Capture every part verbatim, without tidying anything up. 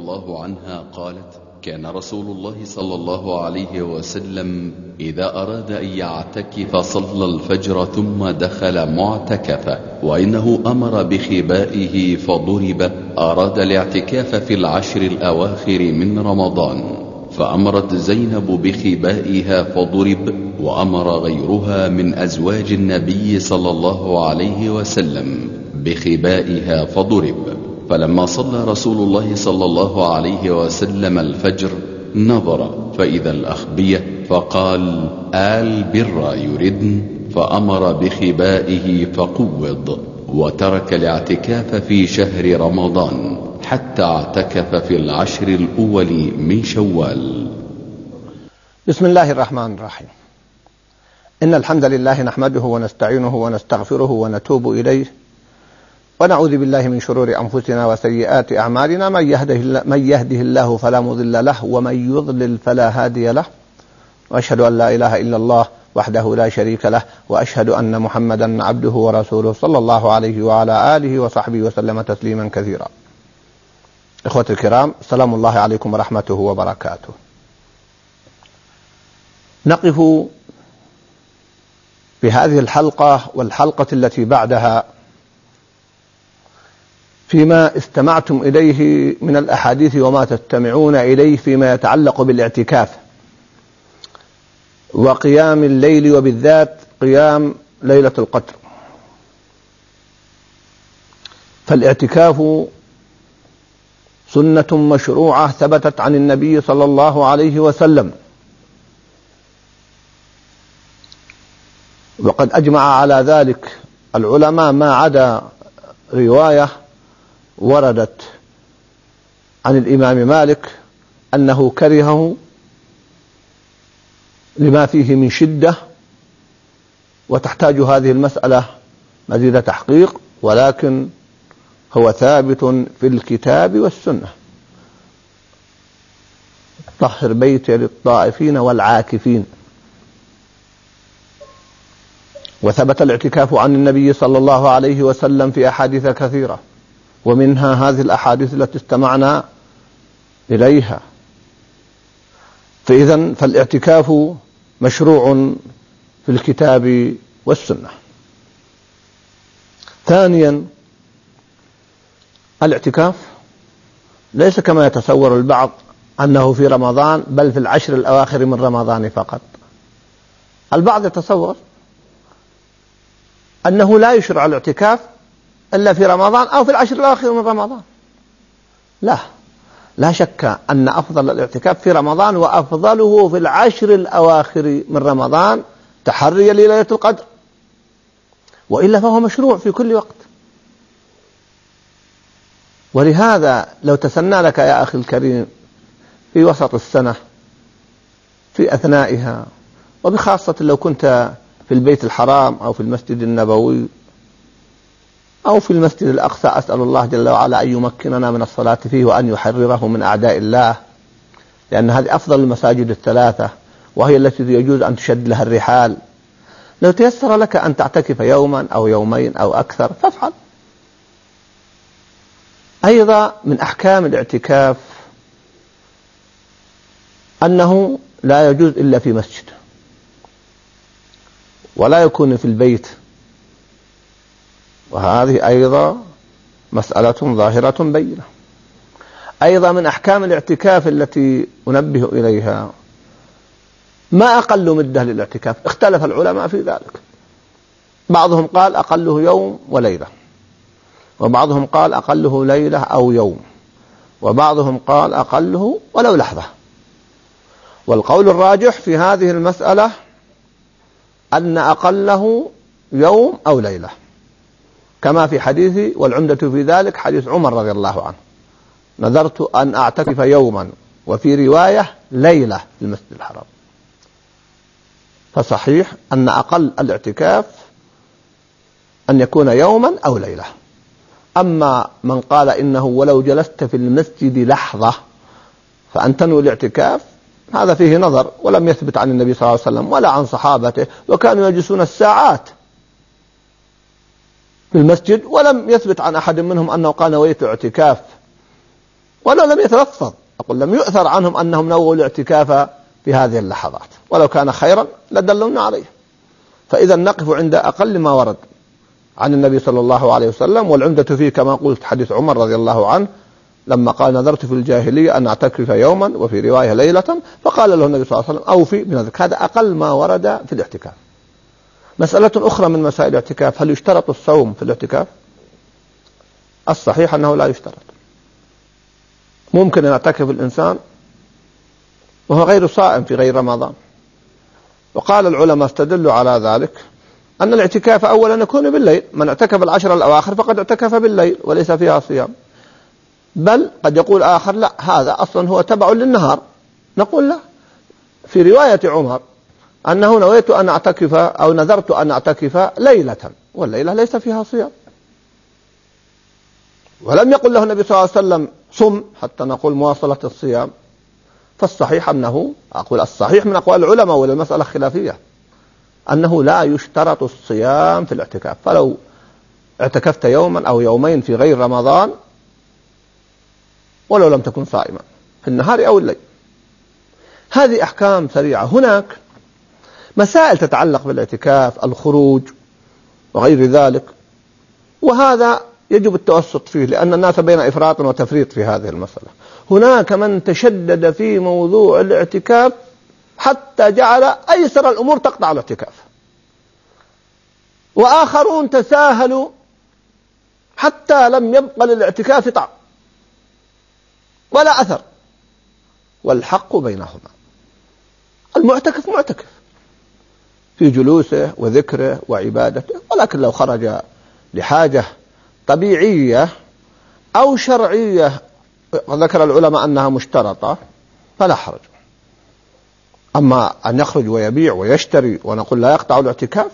الله عنها قالت: كان رسول الله صلى الله عليه وسلم إذا أراد أن يعتكف صلى الفجر ثم دخل معتكفا، وإنه أمر بخبائه فضرب. أراد الاعتكاف في العشر الأواخر من رمضان، فأمرت زينب بخبائها فضرب، وأمر غيرها من أزواج النبي صلى الله عليه وسلم بخبائها فضرب. فلما صلى رسول الله صلى الله عليه وسلم الفجر نظر فإذا الأخبية، فقال: آل بر يردن، فأمر بخبائه فقوض، وترك الاعتكاف في شهر رمضان حتى اعتكف في العشر الأول من شوال. بسم الله الرحمن الرحيم. إن الحمد لله نحمده ونستعينه ونستغفره ونتوب إليه، ونعوذ بالله من شرور أنفسنا وسيئات أعمالنا. من يهده الله, من يهده الله فلا مضل له، ومن يضلل فلا هادي له. وأشهد أن لا إله إلا الله وحده لا شريك له، وأشهد أن محمدا عبده ورسوله صلى الله عليه وعلى آله وصحبه وسلم تسليما كثيرا. إخوة الكرام، سلام الله عليكم ورحمته وبركاته. نقف في هذه الحلقة والحلقة التي بعدها فيما استمعتم إليه من الأحاديث وما تستمعون إليه فيما يتعلق بالاعتكاف وقيام الليل، وبالذات قيام ليلة القدر. فالاعتكاف سنة مشروعة ثبتت عن النبي صلى الله عليه وسلم، وقد أجمع على ذلك العلماء ما عدا رواية وردت عن الإمام مالك أنه كرهه لما فيه من شدة، وتحتاج هذه المسألة مزيد تحقيق، ولكن هو ثابت في الكتاب والسنة. طهر بيتي للطائفين والعاكفين. وثبت الاعتكاف عن النبي صلى الله عليه وسلم في أحاديث كثيرة، ومنها هذه الأحاديث التي استمعنا إليها. فإذن فالاعتكاف مشروع في الكتاب والسنة. ثانيا، الاعتكاف ليس كما يتصور البعض أنه في رمضان، بل في العشر الأواخر من رمضان فقط. البعض يتصور أنه لا يشرع الاعتكاف إلا في رمضان أو في العشر الأواخر من رمضان. لا لا شك أن أفضل الاعتكاف في رمضان، وأفضله في العشر الأواخر من رمضان تحريا لليلة القدر، وإلا فهو مشروع في كل وقت. ولهذا لو تسنى لك يا أخي الكريم في وسط السنة، في أثنائها، وبخاصة لو كنت في البيت الحرام أو في المسجد النبوي أو في المسجد الأقصى، أسأل الله جل وعلا أن يمكننا من الصلاة فيه وأن يحرره من أعداء الله، لأن هذه أفضل المساجد الثلاثة، وهي التي يجوز أن تشد لها الرحال. لو تيسر لك أن تعتكف يوما أو يومين أو أكثر فافعل. أيضا من أحكام الاعتكاف أنه لا يجوز إلا في مسجد، ولا يكون في البيت، وهذه أيضا مسألة ظاهرة بينة. أيضا من أحكام الاعتكاف التي أنبه إليها ما أقل مدة للاعتكاف. اختلف العلماء في ذلك، بعضهم قال أقله يوم وليلة، وبعضهم قال أقله ليلة أو يوم، وبعضهم قال أقله ولو لحظة. والقول الراجح في هذه المسألة أن أقله يوم أو ليلة، كما في حديث، والعمدة في ذلك حديث عمر رضي الله عنه: نذرت أن أعتكف يوما، وفي رواية ليلة في المسجد الحرام. فصحيح أن أقل الاعتكاف أن يكون يوما أو ليلة. أما من قال إنه ولو جلست في المسجد لحظة فأن تنوي الاعتكاف، هذا فيه نظر، ولم يثبت عن النبي صلى الله عليه وسلم ولا عن صحابته، وكانوا يجلسون الساعات في المسجد، ولم يثبت عن أحد منهم أنه قال نويت اعتكاف ولو لم يتلفظ، أقول لم يؤثر عنهم أنهم نووا الاعتكاف في هذه اللحظات، ولو كان خيرا لدلونا عليه. فإذا نقف عند أقل ما ورد عن النبي صلى الله عليه وسلم، والعمدة فيه كما قلت حديث عمر رضي الله عنه لما قال نذرت في الجاهلية أن أعتكف يوما، وفي رواية ليلة، فقال له النبي صلى الله عليه وسلم أوفي بنذرك. هذا أقل ما ورد في الاعتكاف. مسألة أخرى من مسائل الاعتكاف، هل يشترط الصوم في الاعتكاف؟ الصحيح أنه لا يشترط. ممكن أن يعتكف الإنسان وهو غير صائم في غير رمضان، وقال العلماء استدلوا على ذلك أن الاعتكاف أولا يكون بالليل، من اعتكف العشر الأواخر فقد اعتكف بالليل وليس فيها صيام. بل قد يقول آخر لا، هذا أصلا هو تبع للنهار. نقول لا، في رواية عمر أنه نويت أن أعتكف أو نذرت أن أعتكف ليلة، والليلة ليس فيها صيام. ولم يقل له النبي صلى الله عليه وسلم صم حتى نقول مواصلة الصيام. فالصحيح أنه، أقول الصحيح من أقوال العلماء ولا المسألة خلافية، أنه لا يشترط الصيام في الاعتكاف. فلو اعتكفت يوما أو يومين في غير رمضان ولو لم تكن صائما في النهار أو الليل. هذه أحكام سريعة. هناك مسائل تتعلق بالاعتكاف، الخروج وغير ذلك، وهذا يجب التوسط فيه لأن الناس بين إفراط وتفريط في هذه المسألة. هناك من تشدد في موضوع الاعتكاف حتى جعل أيسر الأمور تقطع الاعتكاف، وآخرون تساهلوا حتى لم يبقى للاعتكاف طعم ولا أثر، والحق بينهما. المعتكف معتكف في جلوسه وذكره وعبادته، ولكن لو خرج لحاجة طبيعية أو شرعية ذكر العلماء أنها مشترطة فلا حرج. أما أن يخرج ويبيع ويشتري ونقول لا يقطع الاعتكاف،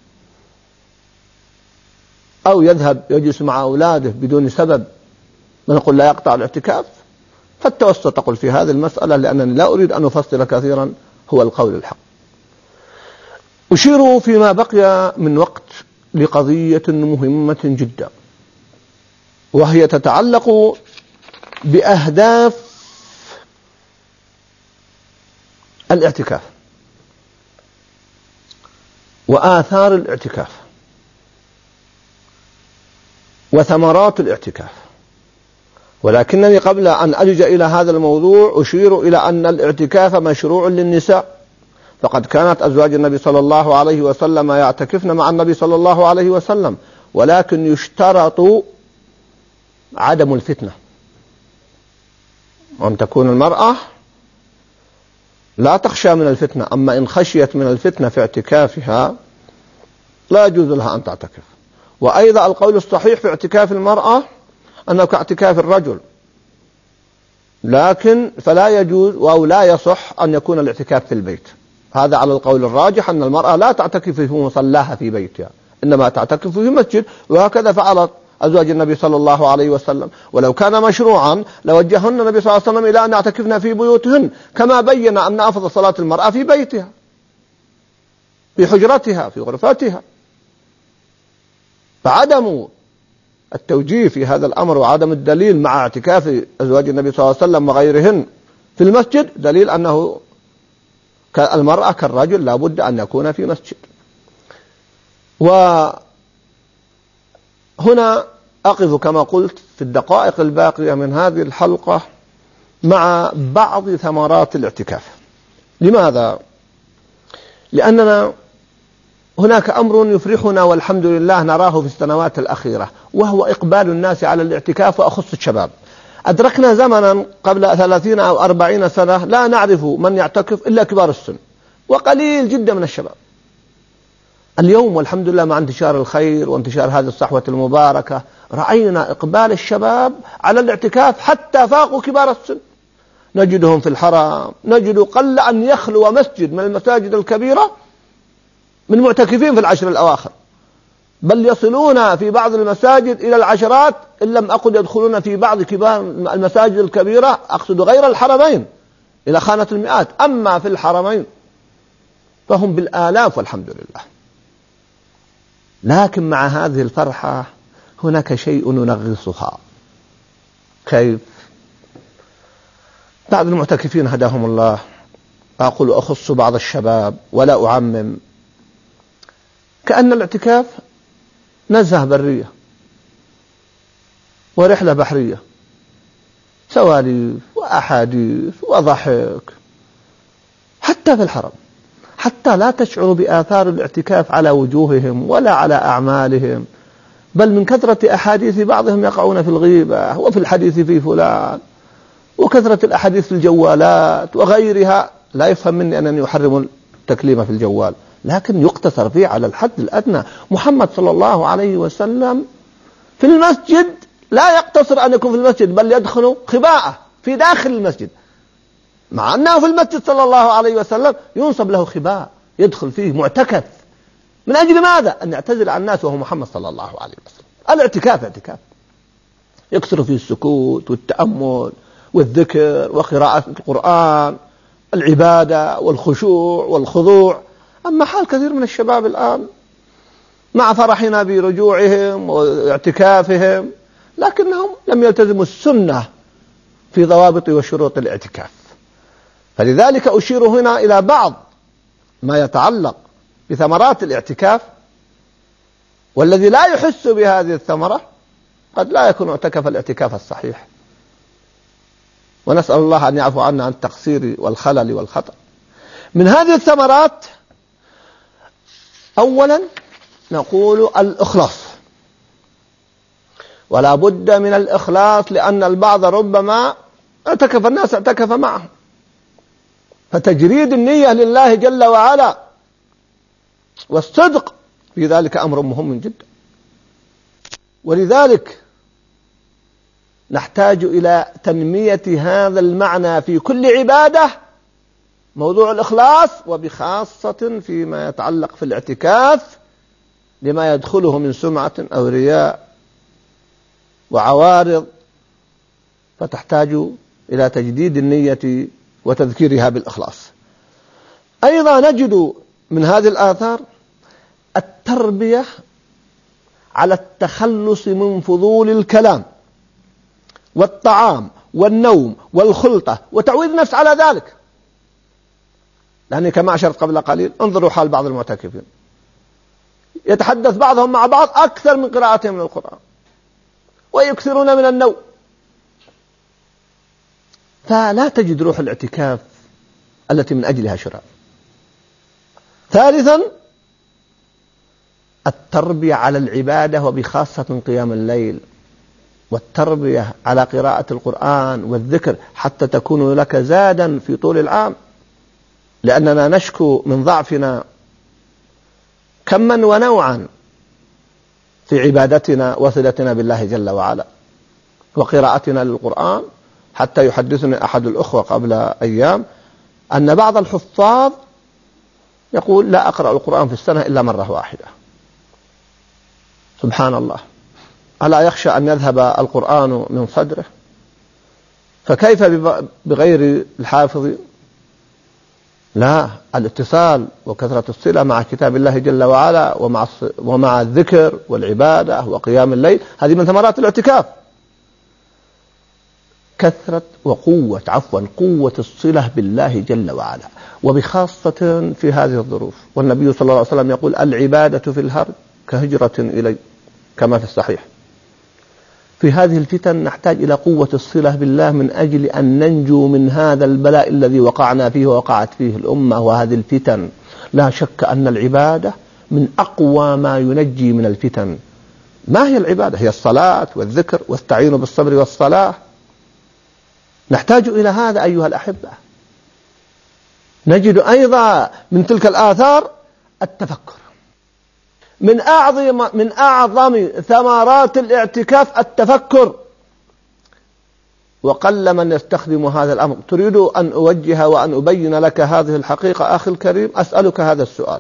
أو يذهب يجلس مع أولاده بدون سبب ونقول لا يقطع الاعتكاف، فالتوسط أقول في هذه المسألة لأنني لا أريد أن أفصل كثيرا هو القول الحق. أشير فيما بقي من وقت لقضية مهمة جدا، وهي تتعلق بأهداف الاعتكاف وآثار الاعتكاف وثمرات الاعتكاف. ولكنني قبل أن ألجأ إلى هذا الموضوع أشير إلى أن الاعتكاف مشروع للنساء، فقد كانت أزواج النبي صلى الله عليه وسلم يعتكفن مع النبي صلى الله عليه وسلم، ولكن يشترط عدم الفتنة، وأن تكون المرأة لا تخشى من الفتنة. أما إن خشيت من الفتنة في اعتكافها لا يجوز لها أن تعتكف. وأيضا القول الصحيح في اعتكاف المرأة أنه كاعتكاف الرجل، لكن فلا يجوز أو لا يصح أن يكون الاعتكاف في البيت. هذا على القول الراجح أن المرأة لا تعتكف في مصلاها في بيتها، إنما تعتكف في مسجد، وهكذا فعلت أزواج النبي صلى الله عليه وسلم. ولو كان مشروعا لوجههن النبي صلى الله عليه وسلم إلى أن يعتكفن في بيوتهن، كما بين أن أفضل صلاة المرأة في بيتها في حجرتها في غرفتها. فعدم التوجيه في هذا الأمر وعدم الدليل مع اعتكاف أزواج النبي صلى الله عليه وسلم وغيرهن في المسجد دليل أنه المرأة كالرجل لا بد أن يكون في مسجد. وهنا أقف كما قلت في الدقائق الباقية من هذه الحلقة مع بعض ثمرات الاعتكاف. لماذا؟ لأننا هناك أمر يفرحنا والحمد لله نراه في السنوات الأخيرة، وهو إقبال الناس على الاعتكاف، وأخص الشباب. أدركنا زمنا قبل ثلاثين أو أربعين سنة لا نعرف من يعتكف إلا كبار السن، وقليل جدا من الشباب. اليوم والحمد لله مع انتشار الخير وانتشار هذه الصحوة المباركة رأينا إقبال الشباب على الاعتكاف حتى فاقوا كبار السن. نجدهم في الحرم، نجد قل أن يخلو مسجد من المساجد الكبيرة من معتكفين في العشر الأواخر، بل يصلون في بعض المساجد إلى العشرات، إن لم أقل يدخلون في بعض كبار المساجد الكبيرة، أقصد غير الحرمين، إلى خانة المئات. أما في الحرمين فهم بالآلاف والحمد لله. لكن مع هذه الفرحة هناك شيء ننغصها. كيف؟ بعض المعتكفين هداهم الله، أقول أخص بعض الشباب ولا أعمم، كأن الاعتكاف نزهة برية ورحلة بحرية، سواليف وأحاديث وضحك حتى في الحرم، حتى لا تشعر بآثار الاعتكاف على وجوههم ولا على أعمالهم، بل من كثرة أحاديث بعضهم يقعون في الغيبة وفي الحديث في فلان وكثرة الأحاديث في الجوالات وغيرها. لا يفهم مني أنني يحرم التكليم في الجوال، لكن يقتصر فيه على الحد الأدنى. محمد صلى الله عليه وسلم في المسجد لا يقتصر أن يكون في المسجد، بل يدخل خباءه في داخل المسجد، مع أنه في المسجد صلى الله عليه وسلم ينصب له خباء يدخل فيه معتكف. من أجل ماذا؟ أن يعتزل عن الناس وهو محمد صلى الله عليه وسلم. الاعتكاف اعتكاف يكثر فيه السكوت والتأمل والذكر وقراءة القرآن، العبادة والخشوع والخضوع. أما حال كثير من الشباب الآن مع فرحنا برجوعهم واعتكافهم، لكنهم لم يلتزموا السنة في ضوابط وشروط الاعتكاف. فلذلك أشير هنا إلى بعض ما يتعلق بثمرات الاعتكاف، والذي لا يحس بهذه الثمرة قد لا يكون اعتكف الاعتكاف الصحيح، ونسأل الله أن يعفو عنا عن التقصير والخلل والخطأ. من هذه الثمرات أولا نقول الإخلاص، ولا بد من الإخلاص، لأن البعض ربما اعتكف الناس اعتكف معهم، فتجريد النية لله جل وعلا والصدق في ذلك أمر مهم جدا. ولذلك نحتاج إلى تنمية هذا المعنى في كل عبادة، موضوع الإخلاص، وبخاصة فيما يتعلق في الاعتكاف لما يدخله من سمعة أو رياء وعوارض، فتحتاج إلى تجديد النية وتذكيرها بالإخلاص. أيضا نجد من هذه الآثار التربية على التخلص من فضول الكلام والطعام والنوم والخلطة وتعويد النفس على ذلك، لأني كما أشرت قبل قليل انظروا حال بعض المعتكفين، يتحدث بعضهم مع بعض أكثر من قراءتهم من القرآن، ويكثرون من النوم، فلا تجد روح الاعتكاف التي من أجلها شرع. ثالثا التربية على العبادة وبخاصة قيام الليل، والتربية على قراءة القرآن والذكر حتى تكون لك زادا في طول العام، لأننا نشكو من ضعفنا كما ونوعا في عبادتنا وصلتنا بالله جل وعلا وقراءتنا للقرآن. حتى يحدثني أحد الأخوة قبل أيام أن بعض الحفاظ يقول لا أقرأ القرآن في السنة إلا مرة واحدة. سبحان الله، ألا يخشى أن يذهب القرآن من صدره؟ فكيف بغير الحافظ؟ لا، الاتصال وكثرة الصلة مع كتاب الله جل وعلا ومع ومع الذكر والعبادة وقيام الليل، هذه من ثمرات الاعتكاف. كثرة وقوة عفوا قوة الصلة بالله جل وعلا، وبخاصة في هذه الظروف. والنبي صلى الله عليه وسلم يقول العبادة في الهرج كهجرة إلي، كما في الصحيح. في هذه الفتن نحتاج إلى قوة الصلة بالله من أجل أن ننجو من هذا البلاء الذي وقعنا فيه ووقعت فيه الأمة وهذه الفتن. لا شك أن العبادة من أقوى ما ينجي من الفتن. ما هي العبادة؟ هي الصلاة والذكر واستعينوا بالصبر والصلاة. نحتاج إلى هذا أيها الأحبة. نجد أيضا من تلك الآثار التفكر. من أعظم من أعظم ثمرات الاعتكاف التفكر، وقل من يستخدم هذا الأمر. تريد أن أوجه وأن أبين لك هذه الحقيقة أخي الكريم؟ أسألك هذا السؤال: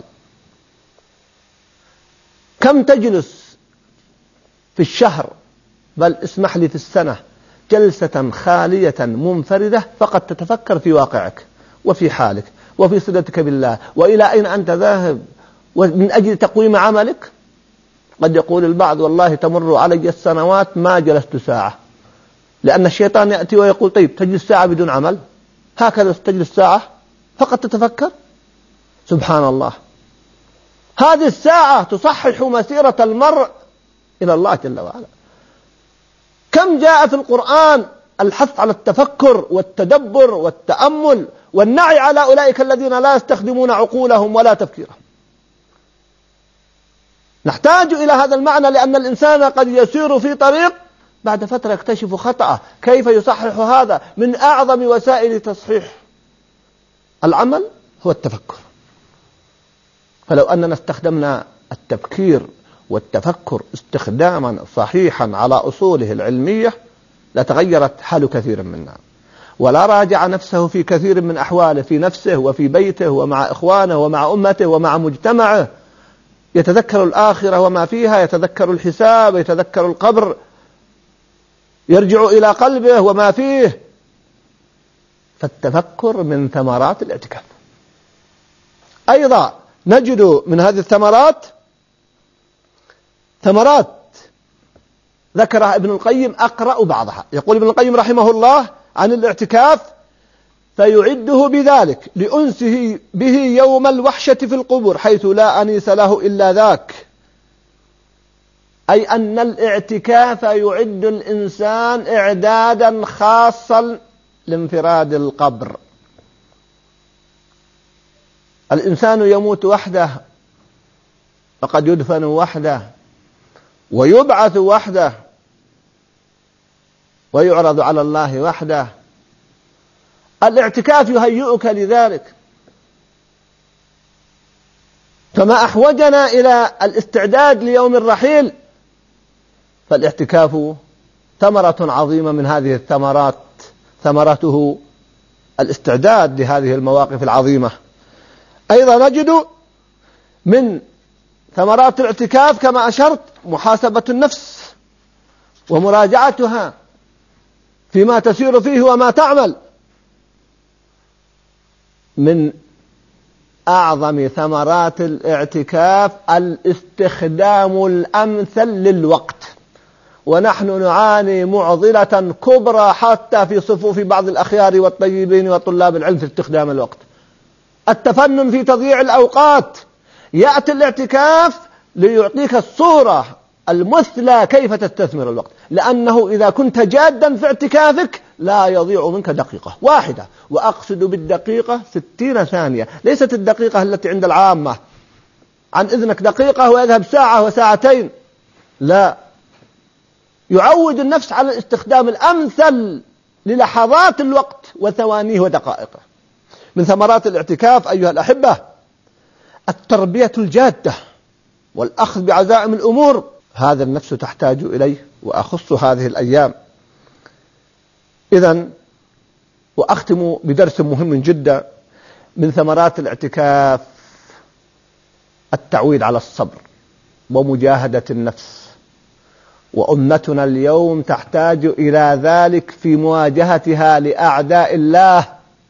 كم تجلس في الشهر، بل اسمح لي في السنة، جلسة خالية منفردة فقط تتفكر في واقعك وفي حالك وفي صلتك بالله وإلى أين أنت ذاهب ومن أجل تقويم عملك؟ قد يقول البعض والله تمر علي السنوات ما جلست ساعة، لأن الشيطان يأتي ويقول طيب تجلس ساعة بدون عمل، هكذا تجلس ساعة فقط تتفكر؟ سبحان الله، هذه الساعة تصحح مسيرة المرء إلى الله جل وعلا. كم جاء في القرآن الحث على التفكر والتدبر والتأمل والنعي على أولئك الذين لا يستخدمون عقولهم ولا تفكيرهم. نحتاج إلى هذا المعنى، لأن الإنسان قد يسير في طريق بعد فترة يكتشف خطأه. كيف يصحح هذا؟ من أعظم وسائل تصحيح العمل هو التفكر. فلو أننا استخدمنا التفكير والتفكر استخداما صحيحا على أصوله العلمية لتغيرت حال كثير منا، ولا راجع نفسه في كثير من أحواله، في نفسه وفي بيته ومع إخوانه ومع أمته ومع مجتمعه، يتذكر الآخرة وما فيها، يتذكر الحساب، يتذكر القبر، يرجع إلى قلبه وما فيه. فالتفكر من ثمرات الاعتكاف. أيضا نجد من هذه الثمرات ثمرات ذكرها ابن القيم، أقرأ بعضها. يقول ابن القيم رحمه الله عن الاعتكاف: فيعده بذلك لأنسه به يوم الوحشة في القبور حيث لا أنيس له إلا ذاك. أي أن الاعتكاف يعد الإنسان إعدادا خاصا لانفراد القبر. الإنسان يموت وحده وقد يدفن وحده ويبعث وحده ويعرض على الله وحده. الاعتكاف يهيئك لذلك. كما أحوجنا إلى الاستعداد ليوم الرحيل، فالاعتكاف ثمرة عظيمة من هذه الثمرات، ثمرته الاستعداد لهذه المواقف العظيمة. أيضا نجد من ثمرات الاعتكاف كما أشرت محاسبة النفس ومراجعتها فيما تسير فيه وما تعمل. من أعظم ثمرات الاعتكاف الاستخدام الأمثل للوقت، ونحن نعاني معضلة كبرى حتى في صفوف بعض الأخيار والطيبين وطلاب العلم في استخدام الوقت، التفنن في تضييع الأوقات. يأتي الاعتكاف ليعطيك الصورة المثلى كيف تستثمر الوقت، لأنه إذا كنت جادا في اعتكافك لا يضيع منك دقيقة واحدة، وأقصد بالدقيقة ستين ثانية، ليست الدقيقة التي عند العامة عن إذنك دقيقة ويذهب ساعة وساعتين، لا، يعود النفس على الاستخدام الأمثل للحظات الوقت وثوانيه ودقائقه. من ثمرات الاعتكاف أيها الأحبة التربية الجادة والأخذ بعزائم الأمور، هذا النفس تحتاج إليه، وأخص هذه الأيام. إذن وأختم بدرس مهم جدا من ثمرات الاعتكاف التعويد على الصبر ومجاهدة النفس، وأمتنا اليوم تحتاج إلى ذلك في مواجهتها لأعداء الله.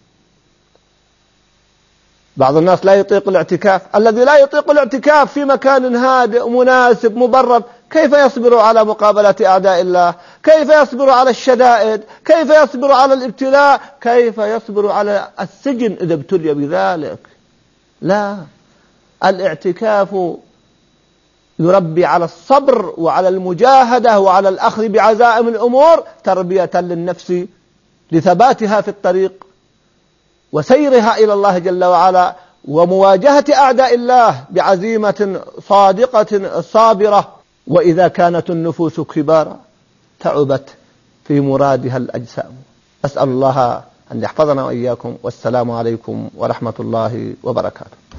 بعض الناس لا يطيق الاعتكاف، الذي لا يطيق الاعتكاف في مكان هادئ مناسب مبرد كيف يصبر على مقابلة أعداء الله؟ كيف يصبر على الشدائد؟ كيف يصبر على الابتلاء؟ كيف يصبر على السجن إذا ابتلي بذلك؟ لا، الاعتكاف يربي على الصبر وعلى المجاهدة وعلى الأخذ بعزائم الأمور تربية للنفس لثباتها في الطريق وسيرها إلى الله جل وعلا، ومواجهة أعداء الله بعزيمة صادقة صابرة. وإذا كانت النفوس كبارا تعبت في مرادها الأجسام. أسأل الله أن يحفظنا وإياكم، والسلام عليكم ورحمة الله وبركاته.